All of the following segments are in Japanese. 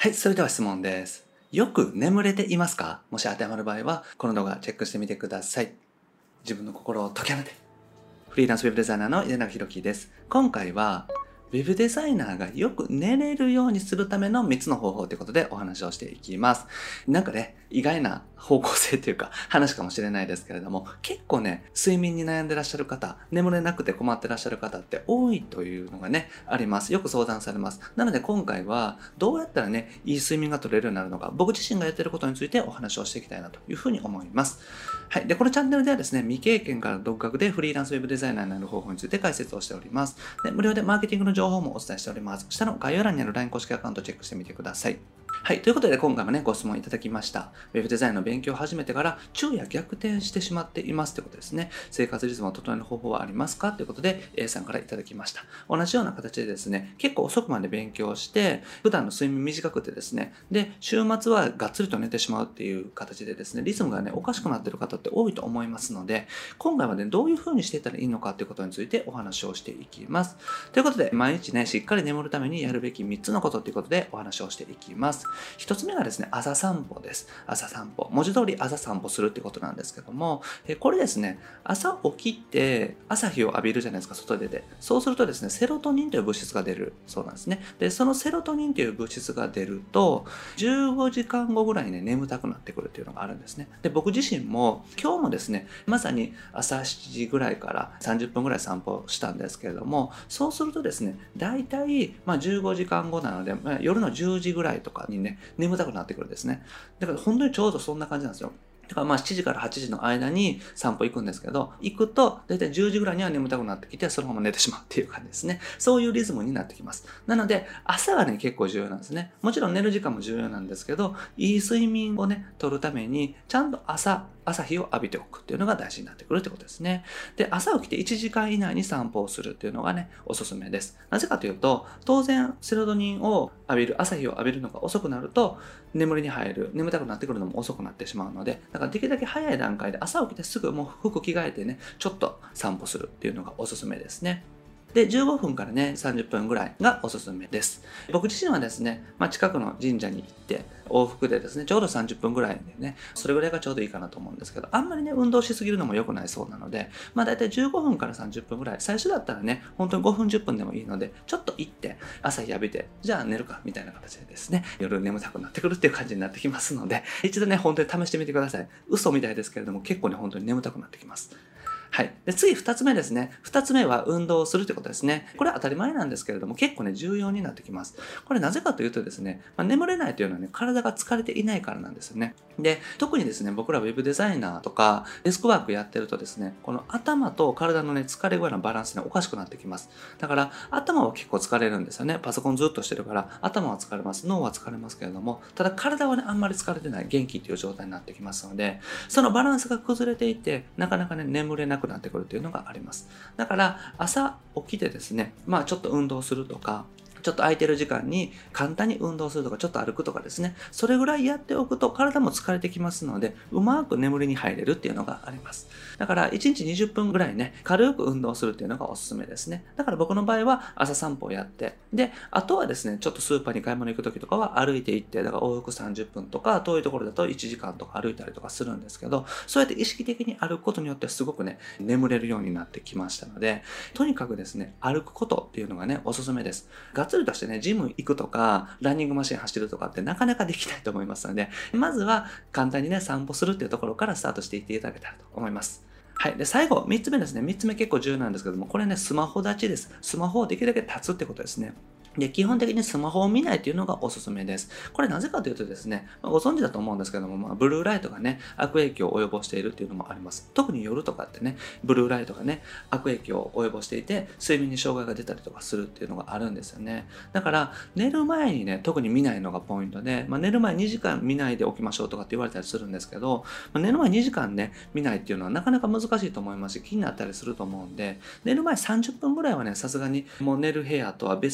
はい、それでは質問です。よく眠れていますか？もし当てはまる場合は、この動画チェックしてみてください。自分の心を解き放て。フリーランスウェブデザイナーの井永弘樹です。今回は、ウェブデザイナーがよく寝れるようにするための3つの方法ということでお話をしていきます。なんかね、意外な方向性というか話かもしれないですけれども、結構ね、睡眠に悩んでらっしゃる方、眠れなくて困ってらっしゃる方って多いというのがね、あります。よく相談されます。なので今回は、どうやったらね、いい睡眠が取れるようになるのか、僕自身がやっていることについてお話をしていきたいなというふうに思います。はい。で、このチャンネルではですね、未経験から独学でフリーランスウェブデザイナーになる方法について解説をしております。で、無料でマーケティングの情報もお伝えしております。下の概要欄にある LINE 公式アカウントをチェックしてみてください。はい。ということで、今回もね、ご質問いただきました。ウェブデザインの勉強を始めてから、昼夜逆転してしまっていますということですね。生活リズムを整える方法はありますかということで、A さんからいただきました。同じような形でですね、結構遅くまで勉強して、普段の睡眠短くてですね、で、週末はがっつりと寝てしまうっていう形でですね、リズムがね、おかしくなっている方って多いと思いますので、今回はね、どういう風にしていったらいいのかということについてお話をしていきます。ということで、毎日ね、しっかり眠るためにやるべき3つのことということでお話をしていきます。1つ目がですね、朝散歩です。朝散歩。文字通り朝散歩するってことなんですけども、これですね、朝起きて朝日を浴びるじゃないですか、外で出て。そうするとですね、セロトニンという物質が出るそうなんですね。で、そのセロトニンという物質が出ると、15時間後ぐらいにね、眠たくなってくるっていうのがあるんですね。で、僕自身も今日もですね、まさに朝7時ぐらいから30分ぐらい散歩したんですけれども、そうするとですね、だいたい15時間後なので、夜の10時ぐらいとかにね、眠たくなってくるんですね。だから本当にちょうどそんな感じなんですよ。だから7時から8時の間に散歩行くんですけど、行くとだいたい10時ぐらいには眠たくなってきて、そのまま寝てしまうっていう感じですね。そういうリズムになってきます。なので、朝がね、結構重要なんですね。もちろん寝る時間も重要なんですけど、いい睡眠をね、取るために、ちゃんと朝日を浴びておくっていうのが大事になってくるってことですね。で、朝起きて1時間以内に散歩をするっていうのがね、おすすめです。なぜかというと、当然、セロトニンを浴びる、朝日を浴びるのが遅くなると、眠りに入る、眠たくなってくるのも遅くなってしまうので、だからできるだけ早い段階で朝起きてすぐもう服着替えてね、ちょっと散歩するっていうのがおすすめですね。で、15分からね、30分ぐらいがおすすめです。僕自身はですね、近くの神社に行って、往復でですね、ちょうど30分ぐらいでね、それぐらいがちょうどいいかなと思うんですけど、あんまりね、運動しすぎるのも良くないそうなので、だいたい15分から30分ぐらい、最初だったらね、本当に5分10分でもいいので、ちょっと行って、朝日浴びて、じゃあ寝るか、みたいな形でですね、夜眠たくなってくるっていう感じになってきますので、一度ね、本当に試してみてください。嘘みたいですけれども、結構ね、本当に眠たくなってきます。はい。で、次2つ目ですね。2つ目は運動をするということですね。これは当たり前なんですけれども、結構ね、重要になってきます。これなぜかというとですね、眠れないというのはね、体が疲れていないからなんですよね。で、特にですね、僕らウェブデザイナーとか、デスクワークやってるとですね、この頭と体のね、疲れ具合のバランスがおかしくなってきます。だから、頭は結構疲れるんですよね。パソコンずっとしてるから、頭は疲れます。脳は疲れますけれども、ただ体はね、あんまり疲れてない、元気っていう状態になってきますので、そのバランスが崩れていて、なかなかね、眠れなくなってくるというのがあります。だから、朝起きてですね、ちょっと運動するとか、ちょっと空いてる時間に簡単に運動するとか、ちょっと歩くとかですね、それぐらいやっておくと体も疲れてきますので、うまく眠りに入れるっていうのがあります。だから、1日20分ぐらいね、軽く運動するっていうのがおすすめですね。だから僕の場合は朝散歩をやって、で、あとはですね、ちょっとスーパーに買い物行く時とかは歩いて行って、だから往復30分とか、遠いところだと1時間とか歩いたりとかするんですけど、そうやって意識的に歩くことによってすごくね、眠れるようになってきましたので、とにかくですね、歩くことっていうのがね、おすすめです。がっつりとしてね、ジム行くとか、ランニングマシン走るとかってなかなかできないと思いますので、まずは簡単にね、散歩するっていうところからスタートしていっていただけたらと思います。はい。で、最後、3つ目ですね。3つ目結構重要なんですけども、これね、スマホ立ちです。スマホをできるだけ立つってことですね。で、基本的にスマホを見ないというのがおすすめです。これなぜかというとですね、ご存知だと思うんですけども、ブルーライトがね、悪影響を及ぼしているっていうのもあります。特に夜とかってね、ブルーライトがね、悪影響を及ぼしていて、睡眠に障害が出たりとかするっていうのがあるんですよね。だから、寝る前にね、特に見ないのがポイントで、寝る前2時間見ないで起きましょうとかって言われたりするんですけど、寝る前2時間ね、見ないっていうのはなかなか難しいと思いますし、気になったりすると思うんで、寝る前30分ぐらいはね、さすがにもう寝る部屋とは別の部屋に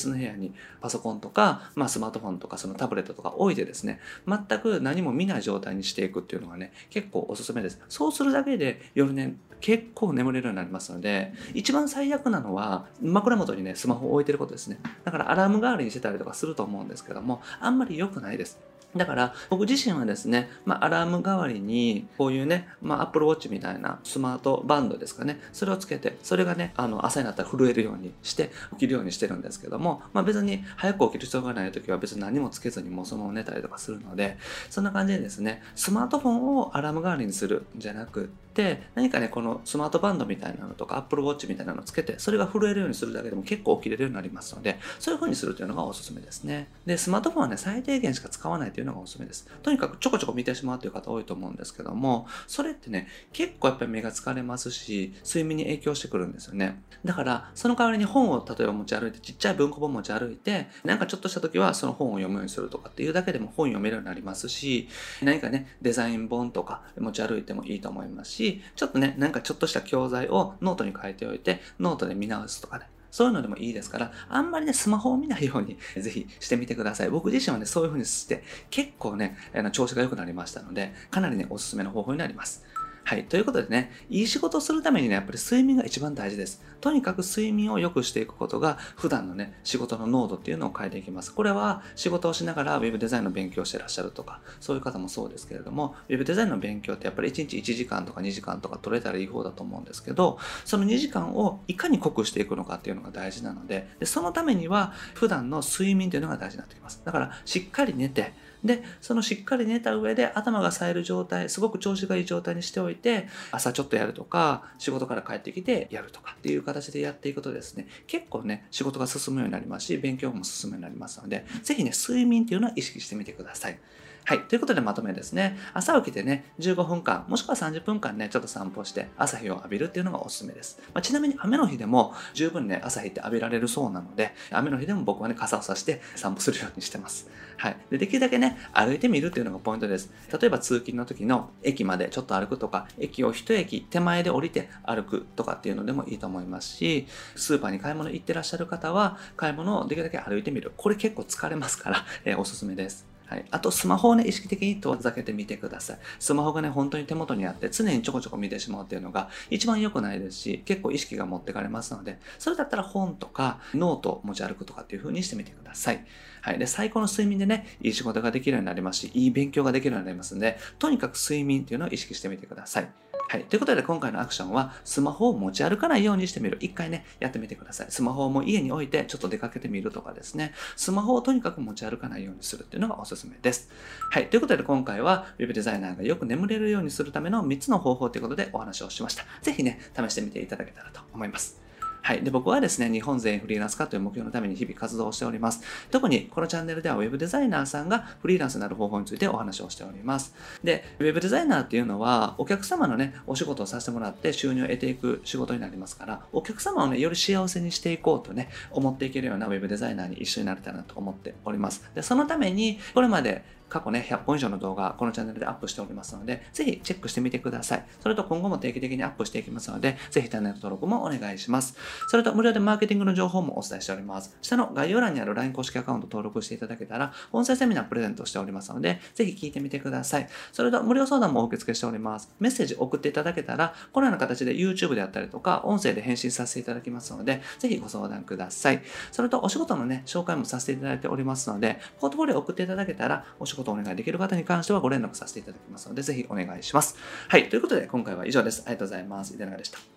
にパソコンとか、スマートフォンとかそのタブレットとか置いてですね、全く何も見ない状態にしていくっていうのがね、結構おすすめです。そうするだけで夜ね、結構眠れるようになりますので、一番最悪なのは枕元にね、スマホを置いてることですね。だからアラーム代わりにしてたりとかすると思うんですけども、あんまり良くないです。だから僕自身はですね、アラーム代わりにこういうね、Apple Watch みたいなスマートバンドですかね、それをつけて、それがね、朝になったら震えるようにして起きるようにしてるんですけども、別に早く起きる必要がない時は別に何もつけずにもうそのまま寝たりとかするので、そんな感じでですね、スマートフォンをアラーム代わりにするんじゃなくって、何かね、このスマートバンドみたいなのとか Apple Watch みたいなのをつけて、それが震えるようにするだけでも結構起きれるようになりますので、そういう風にするというのがおすすめですね。で、スマートフォンはね、最低限しか使わないというのがおすすめです。とにかくちょこちょこ見てしまうという方多いと思うんですけども、それってね、結構やっぱり目が疲れますし、睡眠に影響してくるんですよね。だから、その代わりに本を例えば持ち歩いて、ちっちゃい文庫本持ち歩いて、なんかちょっとした時はその本を読むようにするとかっていうだけでも本読めるようになりますし、何かね、デザイン本とか持ち歩いてもいいと思いますし、ちょっとね、なんかちょっとした教材をノートに書いておいて、ノートで見直すとかね、そういうのでもいいですから、あんまりね、スマホを見ないようにぜひしてみてください。僕自身はね、そういう風にして、結構ね、調子が良くなりましたので、かなりね、おすすめの方法になります。はい。ということでね、いい仕事をするためにね、やっぱり睡眠が一番大事です。とにかく睡眠を良くしていくことが、普段のね、仕事の濃度っていうのを変えていきます。これは仕事をしながらウェブデザインの勉強をしてらっしゃるとか、そういう方もそうですけれども、ウェブデザインの勉強ってやっぱり1日1時間とか2時間とか取れたらいい方だと思うんですけど、その2時間をいかに濃くしていくのかっていうのが大事なので、そのためには普段の睡眠っていうのが大事になってきます。だから、しっかり寝て、で、そのしっかり寝た上で頭が冴える状態、すごく調子がいい状態にしておいて、朝ちょっとやるとか、仕事から帰ってきてやるとかっていう形でやっていくとですね、結構ね、仕事が進むようになりますし、勉強も進むようになりますので、ぜひね、睡眠っていうのは意識してみてください。はい。ということでまとめですね。朝起きてね、15分間、もしくは30分間ね、ちょっと散歩して朝日を浴びるっていうのがおすすめです。ちなみに雨の日でも十分ね、朝日って浴びられるそうなので、雨の日でも僕はね、傘を差して散歩するようにしてます。はい。できるだけね、歩いてみるっていうのがポイントです。例えば通勤の時の駅までちょっと歩くとか、駅を一駅手前で降りて歩くとかっていうのでもいいと思いますし、スーパーに買い物行ってらっしゃる方は、買い物をできるだけ歩いてみる。これ結構疲れますから、おすすめです。はい。あと、スマホをね、意識的に遠ざけてみてください。スマホがね、本当に手元にあって、常にちょこちょこ見てしまうっていうのが一番良くないですし、結構意識が持ってかれますので、それだったら本とかノートを持ち歩くとかっていう風にしてみてください。はい。で、最高の睡眠でね、いい仕事ができるようになりますし、いい勉強ができるようになりますので、とにかく睡眠っていうのを意識してみてください。はい。ということで、今回のアクションは、スマホを持ち歩かないようにしてみる。一回ね、やってみてください。スマホをもう家に置いて、ちょっと出かけてみるとかですね。スマホをとにかく持ち歩かないようにするっていうのがおすすめです。はい。ということで、今回は、ウェブデザイナーがよく眠れるようにするための3つの方法ということでお話をしました。ぜひね、試してみていただけたらと思います。はい。で、僕はですね、日本全員フリーランス化という目標のために日々活動をしております。特にこのチャンネルではウェブデザイナーさんがフリーランスになる方法についてお話をしております。で、ウェブデザイナーっていうのは、お客様のね、お仕事をさせてもらって収入を得ていく仕事になりますから、お客様をね、より幸せにしていこうとね、思っていけるようなウェブデザイナーに一緒になれたらなと思っております。で、そのために、これまで過去ね、100本以上の動画、このチャンネルでアップしておりますので、ぜひチェックしてみてください。それと今後も定期的にアップしていきますので、ぜひチャンネル登録もお願いします。それと無料でマーケティングの情報もお伝えしております。下の概要欄にある LINE 公式アカウント登録していただけたら、音声セミナープレゼントしておりますので、ぜひ聞いてみてください。それと無料相談もお受け付けしております。メッセージ送っていただけたら、このような形で YouTube であったりとか、音声で返信させていただきますので、ぜひご相談ください。それとお仕事のね、紹介もさせていただいておりますので、ポートフォリオ送っていただけたら、お仕事をお願いできる方に関してはご連絡させていただきますので、ぜひお願いします。はい。ということで、今回は以上です。ありがとうございます。井出永でした。